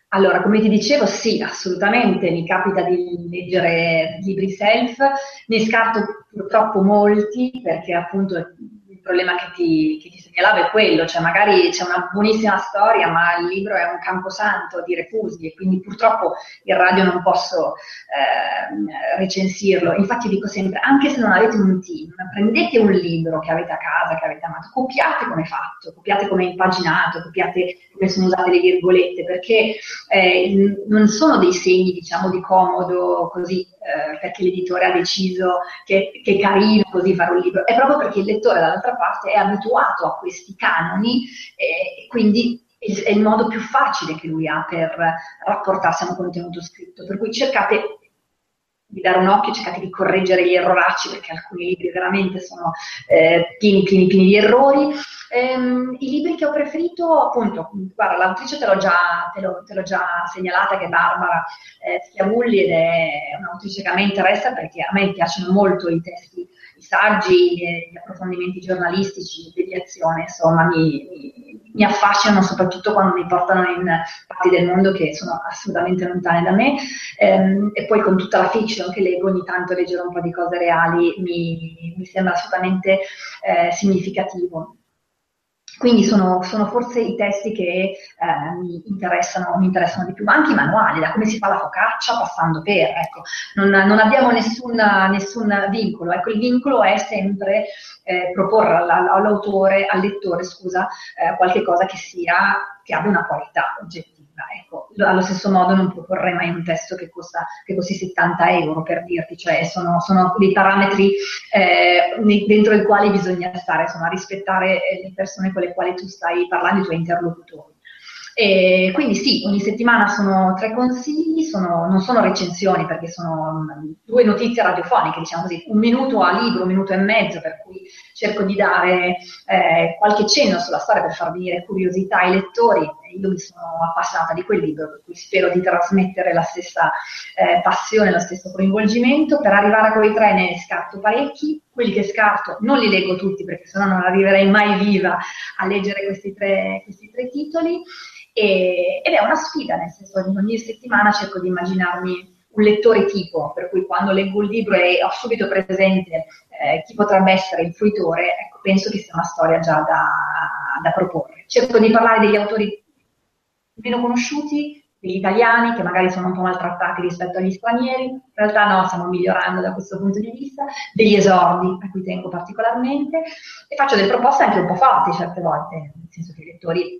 Allora, come ti dicevo, sì, assolutamente, mi capita di leggere libri self, ne scarto purtroppo molti perché appunto il problema che ti, che ti segnalavo è quello, cioè magari c'è una buonissima storia ma il libro è un camposanto di refusi e quindi purtroppo in radio non posso eh, recensirlo. Infatti dico sempre, anche se non avete un team, prendete un libro che avete a casa, che avete amato, copiate come è fatto, copiate come è impaginato, copiate come sono usate le virgolette, perché eh, non sono dei segni, diciamo, di comodo così, eh, perché l'editore ha deciso che, che è carino così fare un libro, è proprio perché il lettore dall'altra parte è abituato a questi canoni e eh, quindi è il modo più facile che lui ha per rapportarsi a un contenuto scritto, per cui cercate di dare un occhio, cercate di correggere gli erroracci perché alcuni libri veramente sono eh, pieni, pieni, pieni di errori. Ehm, I libri che ho preferito, appunto, guarda, l'autrice te l'ho già, te l'ho, te l'ho già segnalata, che è Barbara eh, Schiavulli, ed è un'autrice che a me interessa perché a me piacciono molto i testi, i saggi, gli approfondimenti giornalistici, di azione, insomma, mi, mi, mi affascinano soprattutto quando mi portano in parti del mondo che sono assolutamente lontane da me, ehm, e poi con tutta la fiction che leggo ogni tanto leggere un po' di cose reali mi, mi sembra assolutamente eh, significativo. Quindi sono, sono forse i testi che eh, mi, interessano, mi interessano di più, ma anche i manuali, da come si fa la focaccia passando per, ecco, non, non abbiamo nessun, nessun vincolo, ecco, il vincolo è sempre eh, proporre all'autore, al lettore, scusa, eh, qualche cosa che sia, che abbia una qualità oggettiva. Ecco, allo stesso modo non proporrei mai un testo che costa che costi settanta euro, per dirti, cioè sono, sono dei parametri eh, dentro i quali bisogna stare, insomma, rispettare le persone con le quali tu stai parlando, i tuoi interlocutori. E quindi sì, ogni settimana sono tre consigli, sono, non sono recensioni perché sono due notizie radiofoniche, diciamo così, un minuto a libro, un minuto e mezzo, per cui cerco di dare eh, qualche cenno sulla storia per far venire curiosità ai lettori. Io mi sono appassionata di quel libro, per cui spero di trasmettere la stessa eh, passione, lo stesso coinvolgimento. Per arrivare a quei tre ne scarto parecchi, quelli che scarto non li leggo tutti perché sennò non arriverei mai viva a leggere questi tre, questi tre titoli. E, ed è una sfida, nel senso che ogni settimana cerco di immaginarmi un lettore tipo, per cui quando leggo un libro e ho subito presente eh, chi potrebbe essere il fruitore, ecco, penso che sia una storia già da, da proporre. Cerco di parlare degli autori meno conosciuti, degli italiani che magari sono un po' maltrattati rispetto agli stranieri, in realtà no, stiamo migliorando da questo punto di vista, degli esordi a cui tengo particolarmente, e faccio delle proposte anche un po' forti certe volte, nel senso che i lettori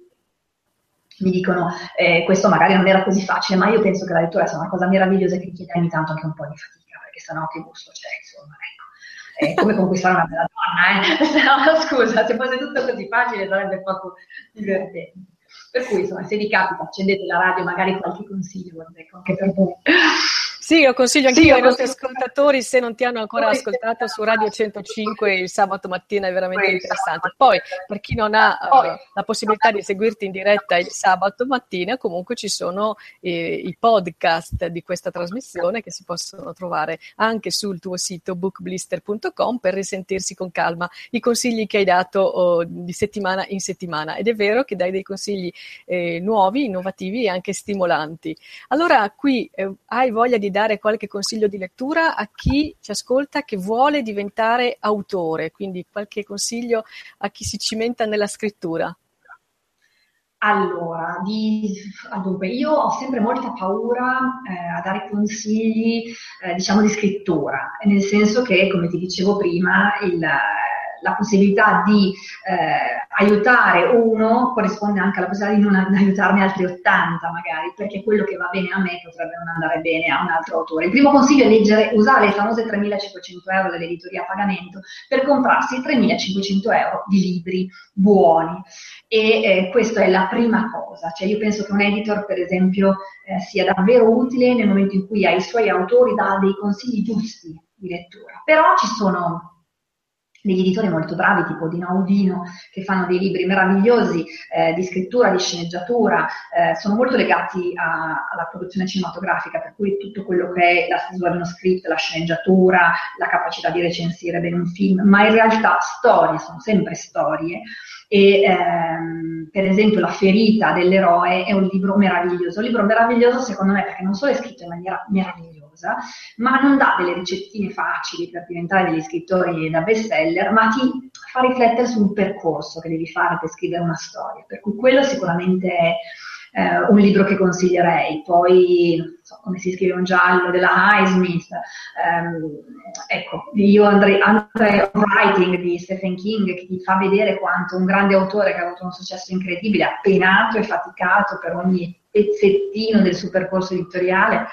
mi dicono eh, questo magari non era così facile, ma io penso che la lettura sia una cosa meravigliosa che richiede ogni tanto anche un po' di fatica, perché sennò che gusto c'è, insomma, ecco. È come conquistare una bella donna, eh? No, scusa, se fosse tutto così facile sarebbe poco divertente. Per cui, insomma, se vi capita, accendete la radio, magari qualche consiglio, ecco, anche per voi. Sì, lo consiglio anche sì, io ai nostri ascoltatori, se non ti hanno ancora ascoltato su Radio centocinque il sabato mattina, è veramente interessante. Poi, per chi non ha uh, la possibilità di seguirti in diretta il sabato mattina, comunque ci sono eh, i podcast di questa trasmissione che si possono trovare anche sul tuo sito book blister punto com per risentirsi con calma i consigli che hai dato oh, di settimana in settimana. Ed è vero che dai dei consigli eh, nuovi, innovativi e anche stimolanti. Allora, qui eh, hai voglia di dare qualche consiglio di lettura a chi ci ascolta che vuole diventare autore, quindi qualche consiglio a chi si cimenta nella scrittura? Allora, di, dunque, io ho sempre molta paura eh, a dare consigli, eh, diciamo, di scrittura, nel senso che, come ti dicevo prima, il, la possibilità di eh, aiutare uno corrisponde anche alla possibilità di non aiutarne altri ottanta magari, perché quello che va bene a me potrebbe non andare bene a un altro autore. Il primo consiglio è leggere, usare le famose tremilacinquecento euro dell'editoria a pagamento per comprarsi tremilacinquecento euro di libri buoni. E eh, questa è la prima cosa, cioè io penso che un editor, per esempio, eh, sia davvero utile nel momento in cui ai suoi autori dà dei consigli giusti di lettura, però ci sono degli editori molto bravi, tipo Dino Audino, che fanno dei libri meravigliosi eh, di scrittura, di sceneggiatura, eh, sono molto legati a, alla produzione cinematografica, per cui tutto quello che è la stesura di uno script, la sceneggiatura, la capacità di recensire bene un film, ma in realtà storie, sono sempre storie, e ehm, per esempio La ferita dell'eroe è un libro meraviglioso, un libro meraviglioso secondo me perché non solo è scritto in maniera meravigliosa, ma non dà delle ricettine facili per diventare degli scrittori da bestseller, ma ti fa riflettere sul percorso che devi fare per scrivere una storia, per cui quello sicuramente è eh, un libro che consiglierei. Poi, non so, come si scrive un giallo della Highsmith, ehm, ecco, io andrei, andrei on Writing di Stephen King, che ti fa vedere quanto un grande autore che ha avuto un successo incredibile, ha penato e faticato per ogni pezzettino del suo percorso editoriale,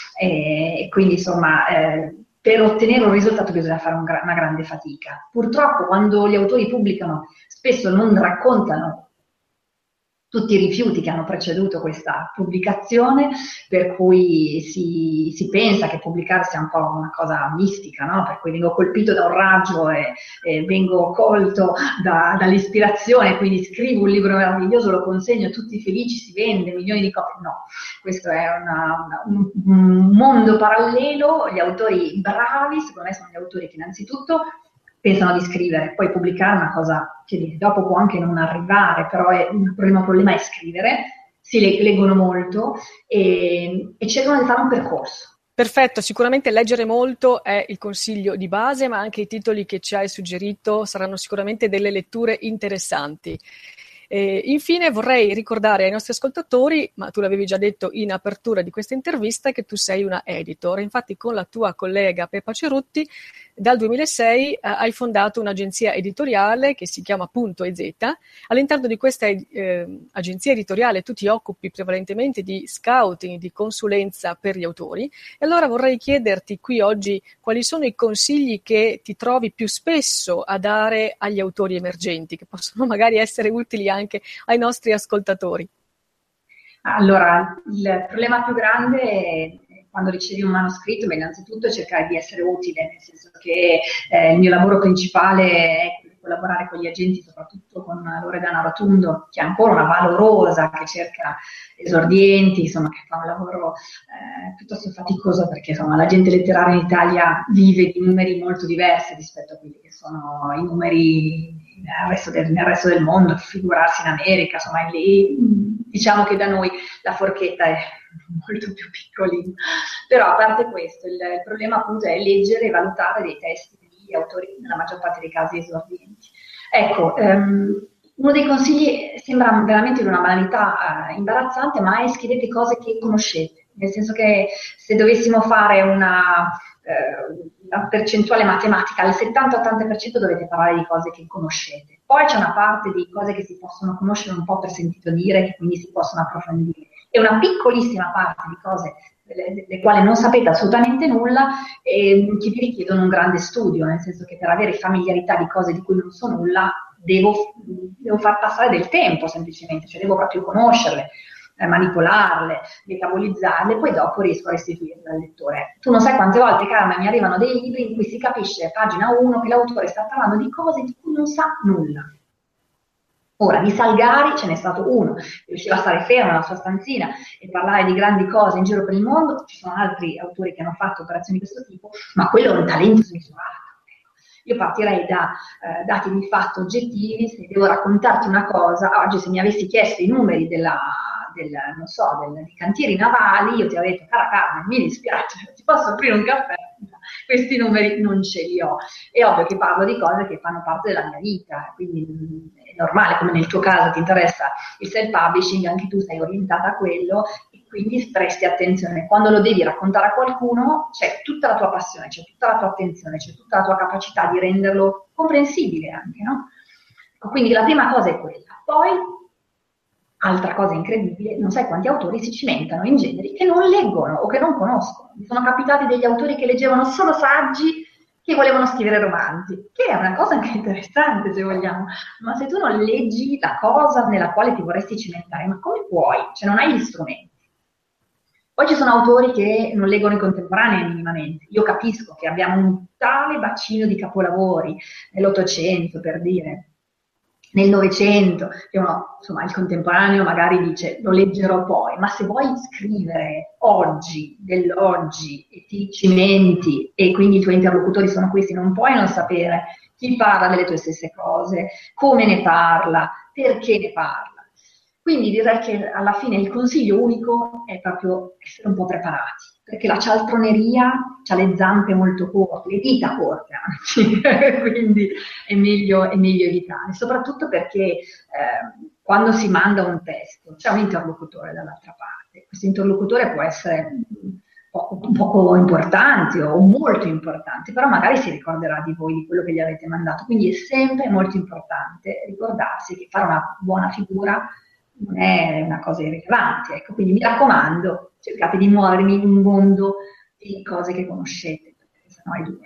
e quindi insomma eh, per ottenere un risultato bisogna fare un gra- una grande fatica. Purtroppo quando gli autori pubblicano spesso non raccontano tutti i rifiuti che hanno preceduto questa pubblicazione, per cui si, si pensa che pubblicare sia un po' una cosa mistica, no? Per cui vengo colpito da un raggio e, e vengo colto da, dall'ispirazione, quindi scrivo un libro meraviglioso, lo consegno, tutti felici, si vende, milioni di copie. No, questo è una, una, un mondo parallelo. Gli autori bravi, secondo me, sono gli autori che innanzitutto pensano di scrivere, poi pubblicare è una cosa che dopo può anche non arrivare, però è, il primo problema è scrivere, si le, leggono molto e, e cercano di fare un percorso. Perfetto, sicuramente leggere molto è il consiglio di base, ma anche i titoli che ci hai suggerito saranno sicuramente delle letture interessanti. E infine vorrei ricordare ai nostri ascoltatori, ma tu l'avevi già detto in apertura di questa intervista, che tu sei una editor. Infatti con la tua collega Peppa Cerutti dal duemilasei eh, hai fondato un'agenzia editoriale che si chiama Punto e Z. All'interno di questa eh, agenzia editoriale tu ti occupi prevalentemente di scouting, di consulenza per gli autori, e allora vorrei chiederti qui oggi quali sono i consigli che ti trovi più spesso a dare agli autori emergenti, che possono magari essere utili anche ai nostri ascoltatori. Allora, il problema più grande è quando ricevi un manoscritto, beh, innanzitutto cercare di essere utile, nel senso che eh, il mio lavoro principale è collaborare con gli agenti, soprattutto con Loredana Rotundo, che è ancora una valorosa, che cerca esordienti, insomma, che fa un lavoro eh, piuttosto faticoso, perché insomma l'agente letterario in Italia vive di numeri molto diversi rispetto a quelli che sono i numeri nel resto del, nel resto del mondo, figurarsi in America, insomma, lì diciamo che da noi la forchetta è molto più piccolina. Però a parte questo, il, il problema appunto è leggere e valutare dei testi di autori, nella maggior parte dei casi esordienti. Ecco, um, uno dei consigli sembra veramente di una banalità uh, imbarazzante, ma è: scrivete cose che conoscete, nel senso che se dovessimo fare una, uh, una percentuale matematica, al settanta ottanta per cento dovete parlare di cose che conoscete. Poi c'è una parte di cose che si possono conoscere un po' per sentito dire, che quindi si possono approfondire, e una piccolissima parte di cose delle, delle quali non sapete assolutamente nulla e che vi richiedono un grande studio, nel senso che per avere familiarità di cose di cui non so nulla devo, devo far passare del tempo semplicemente, cioè devo proprio conoscerle, eh, manipolarle, metabolizzarle, poi dopo riesco a restituirle al lettore. Tu non sai quante volte, Carmen, mi arrivano dei libri in cui si capisce a pagina uno che l'autore sta parlando di cose di cui non sa nulla. Ora, di Salgari ce n'è stato uno, riusciva a stare fermo nella sua stanzina e parlare di grandi cose in giro per il mondo. Ci sono altri autori che hanno fatto operazioni di questo tipo, ma quello è un talento smisurato. Io partirei da eh, dati di fatto oggettivi. Se devo raccontarti una cosa, oggi se mi avessi chiesto i numeri della, del, non so, del, dei cantieri navali, io ti avrei detto: cara Carmen, mi dispiace, ti posso aprire un caffè? Questi numeri non ce li ho. È ovvio che parlo di cose che fanno parte della mia vita, quindi è normale, come nel tuo caso ti interessa il self-publishing, anche tu sei orientata a quello e quindi presti attenzione. Quando lo devi raccontare a qualcuno c'è tutta la tua passione, c'è tutta la tua attenzione, c'è tutta la tua capacità di renderlo comprensibile anche, no? Quindi la prima cosa è quella. Poi, altra cosa incredibile, non sai quanti autori si cimentano in generi che non leggono o che non conoscono. Mi sono capitati degli autori che leggevano solo saggi che volevano scrivere romanzi, che è una cosa anche interessante se vogliamo, ma se tu non leggi la cosa nella quale ti vorresti cimentare, ma come puoi? Cioè non hai gli strumenti. Poi ci sono autori che non leggono i contemporanei minimamente. Io capisco che abbiamo un tale bacino di capolavori nell'Ottocento, per dire, nel Novecento, che uno, insomma, il contemporaneo magari dice lo leggerò poi, ma se vuoi scrivere oggi, dell'oggi, e ti cimenti, e quindi i tuoi interlocutori sono questi, non puoi non sapere chi parla delle tue stesse cose, come ne parla, perché ne parla. Quindi direi che alla fine il consiglio unico è proprio essere un po' preparati, perché la cialtroneria ha le zampe molto corte, le dita corte anzi, quindi è meglio, è meglio evitare, soprattutto perché eh, quando si manda un testo c'è un interlocutore dall'altra parte, questo interlocutore può essere un poco, un poco importante o molto importante, però magari si ricorderà di voi, di quello che gli avete mandato, quindi è sempre molto importante ricordarsi che fare una buona figura non è una cosa irrilevante, ecco, quindi mi raccomando, cercate di muovermi in un mondo di cose che conoscete, perché sennò è dura.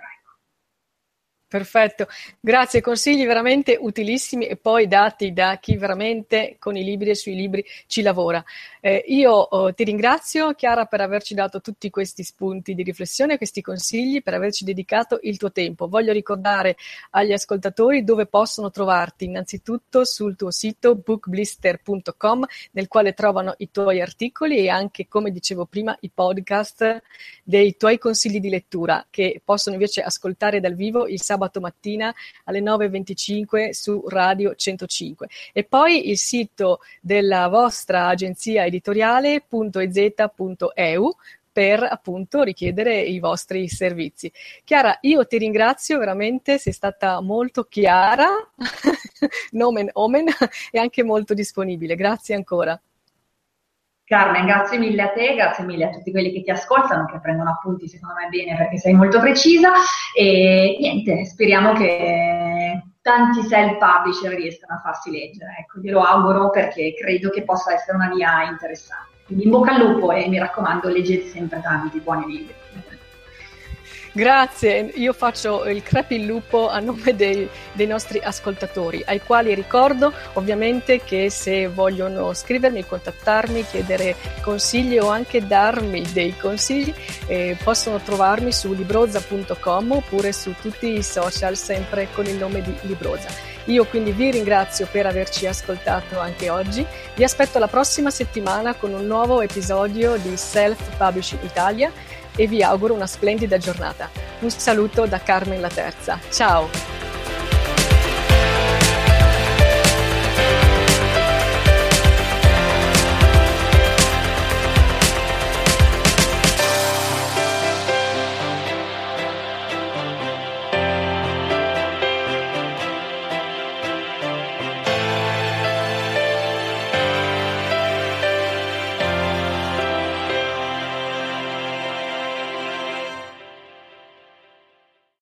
Perfetto, grazie, consigli veramente utilissimi e poi dati da chi veramente con i libri e sui libri ci lavora. Eh, io oh, ti ringrazio, Chiara, per averci dato tutti questi spunti di riflessione, questi consigli, per averci dedicato il tuo tempo. Voglio ricordare agli ascoltatori dove possono trovarti, innanzitutto sul tuo sito book blister punto com, nel quale trovano i tuoi articoli e anche, come dicevo prima, i podcast dei tuoi consigli di lettura, che possono invece ascoltare dal vivo il sabato mattina alle nove e venticinque su Radio centocinque, e poi il sito della vostra agenzia editoriale punto e zeta punto e u per appunto richiedere i vostri servizi. Chiara, io ti ringrazio veramente, sei stata molto chiara, nomen omen, e anche molto disponibile. Grazie ancora. Carmen, grazie mille a te, grazie mille a tutti quelli che ti ascoltano, che prendono appunti secondo me bene perché sei molto precisa, e niente, speriamo che tanti self-publisher riescano a farsi leggere, ecco, glielo auguro perché credo che possa essere una via interessante. Quindi in bocca al lupo e mi raccomando, leggete sempre tanti buoni libri. Grazie, io faccio il crepi il lupo a nome dei, dei nostri ascoltatori, ai quali ricordo ovviamente che se vogliono scrivermi, contattarmi, chiedere consigli o anche darmi dei consigli, eh, possono trovarmi su libroza punto com oppure su tutti i social sempre con il nome di Libroza. Io quindi vi ringrazio per averci ascoltato anche oggi, vi aspetto la prossima settimana con un nuovo episodio di Self Publishing Italia e vi auguro una splendida giornata. Un saluto da Carmen La Terza. Ciao!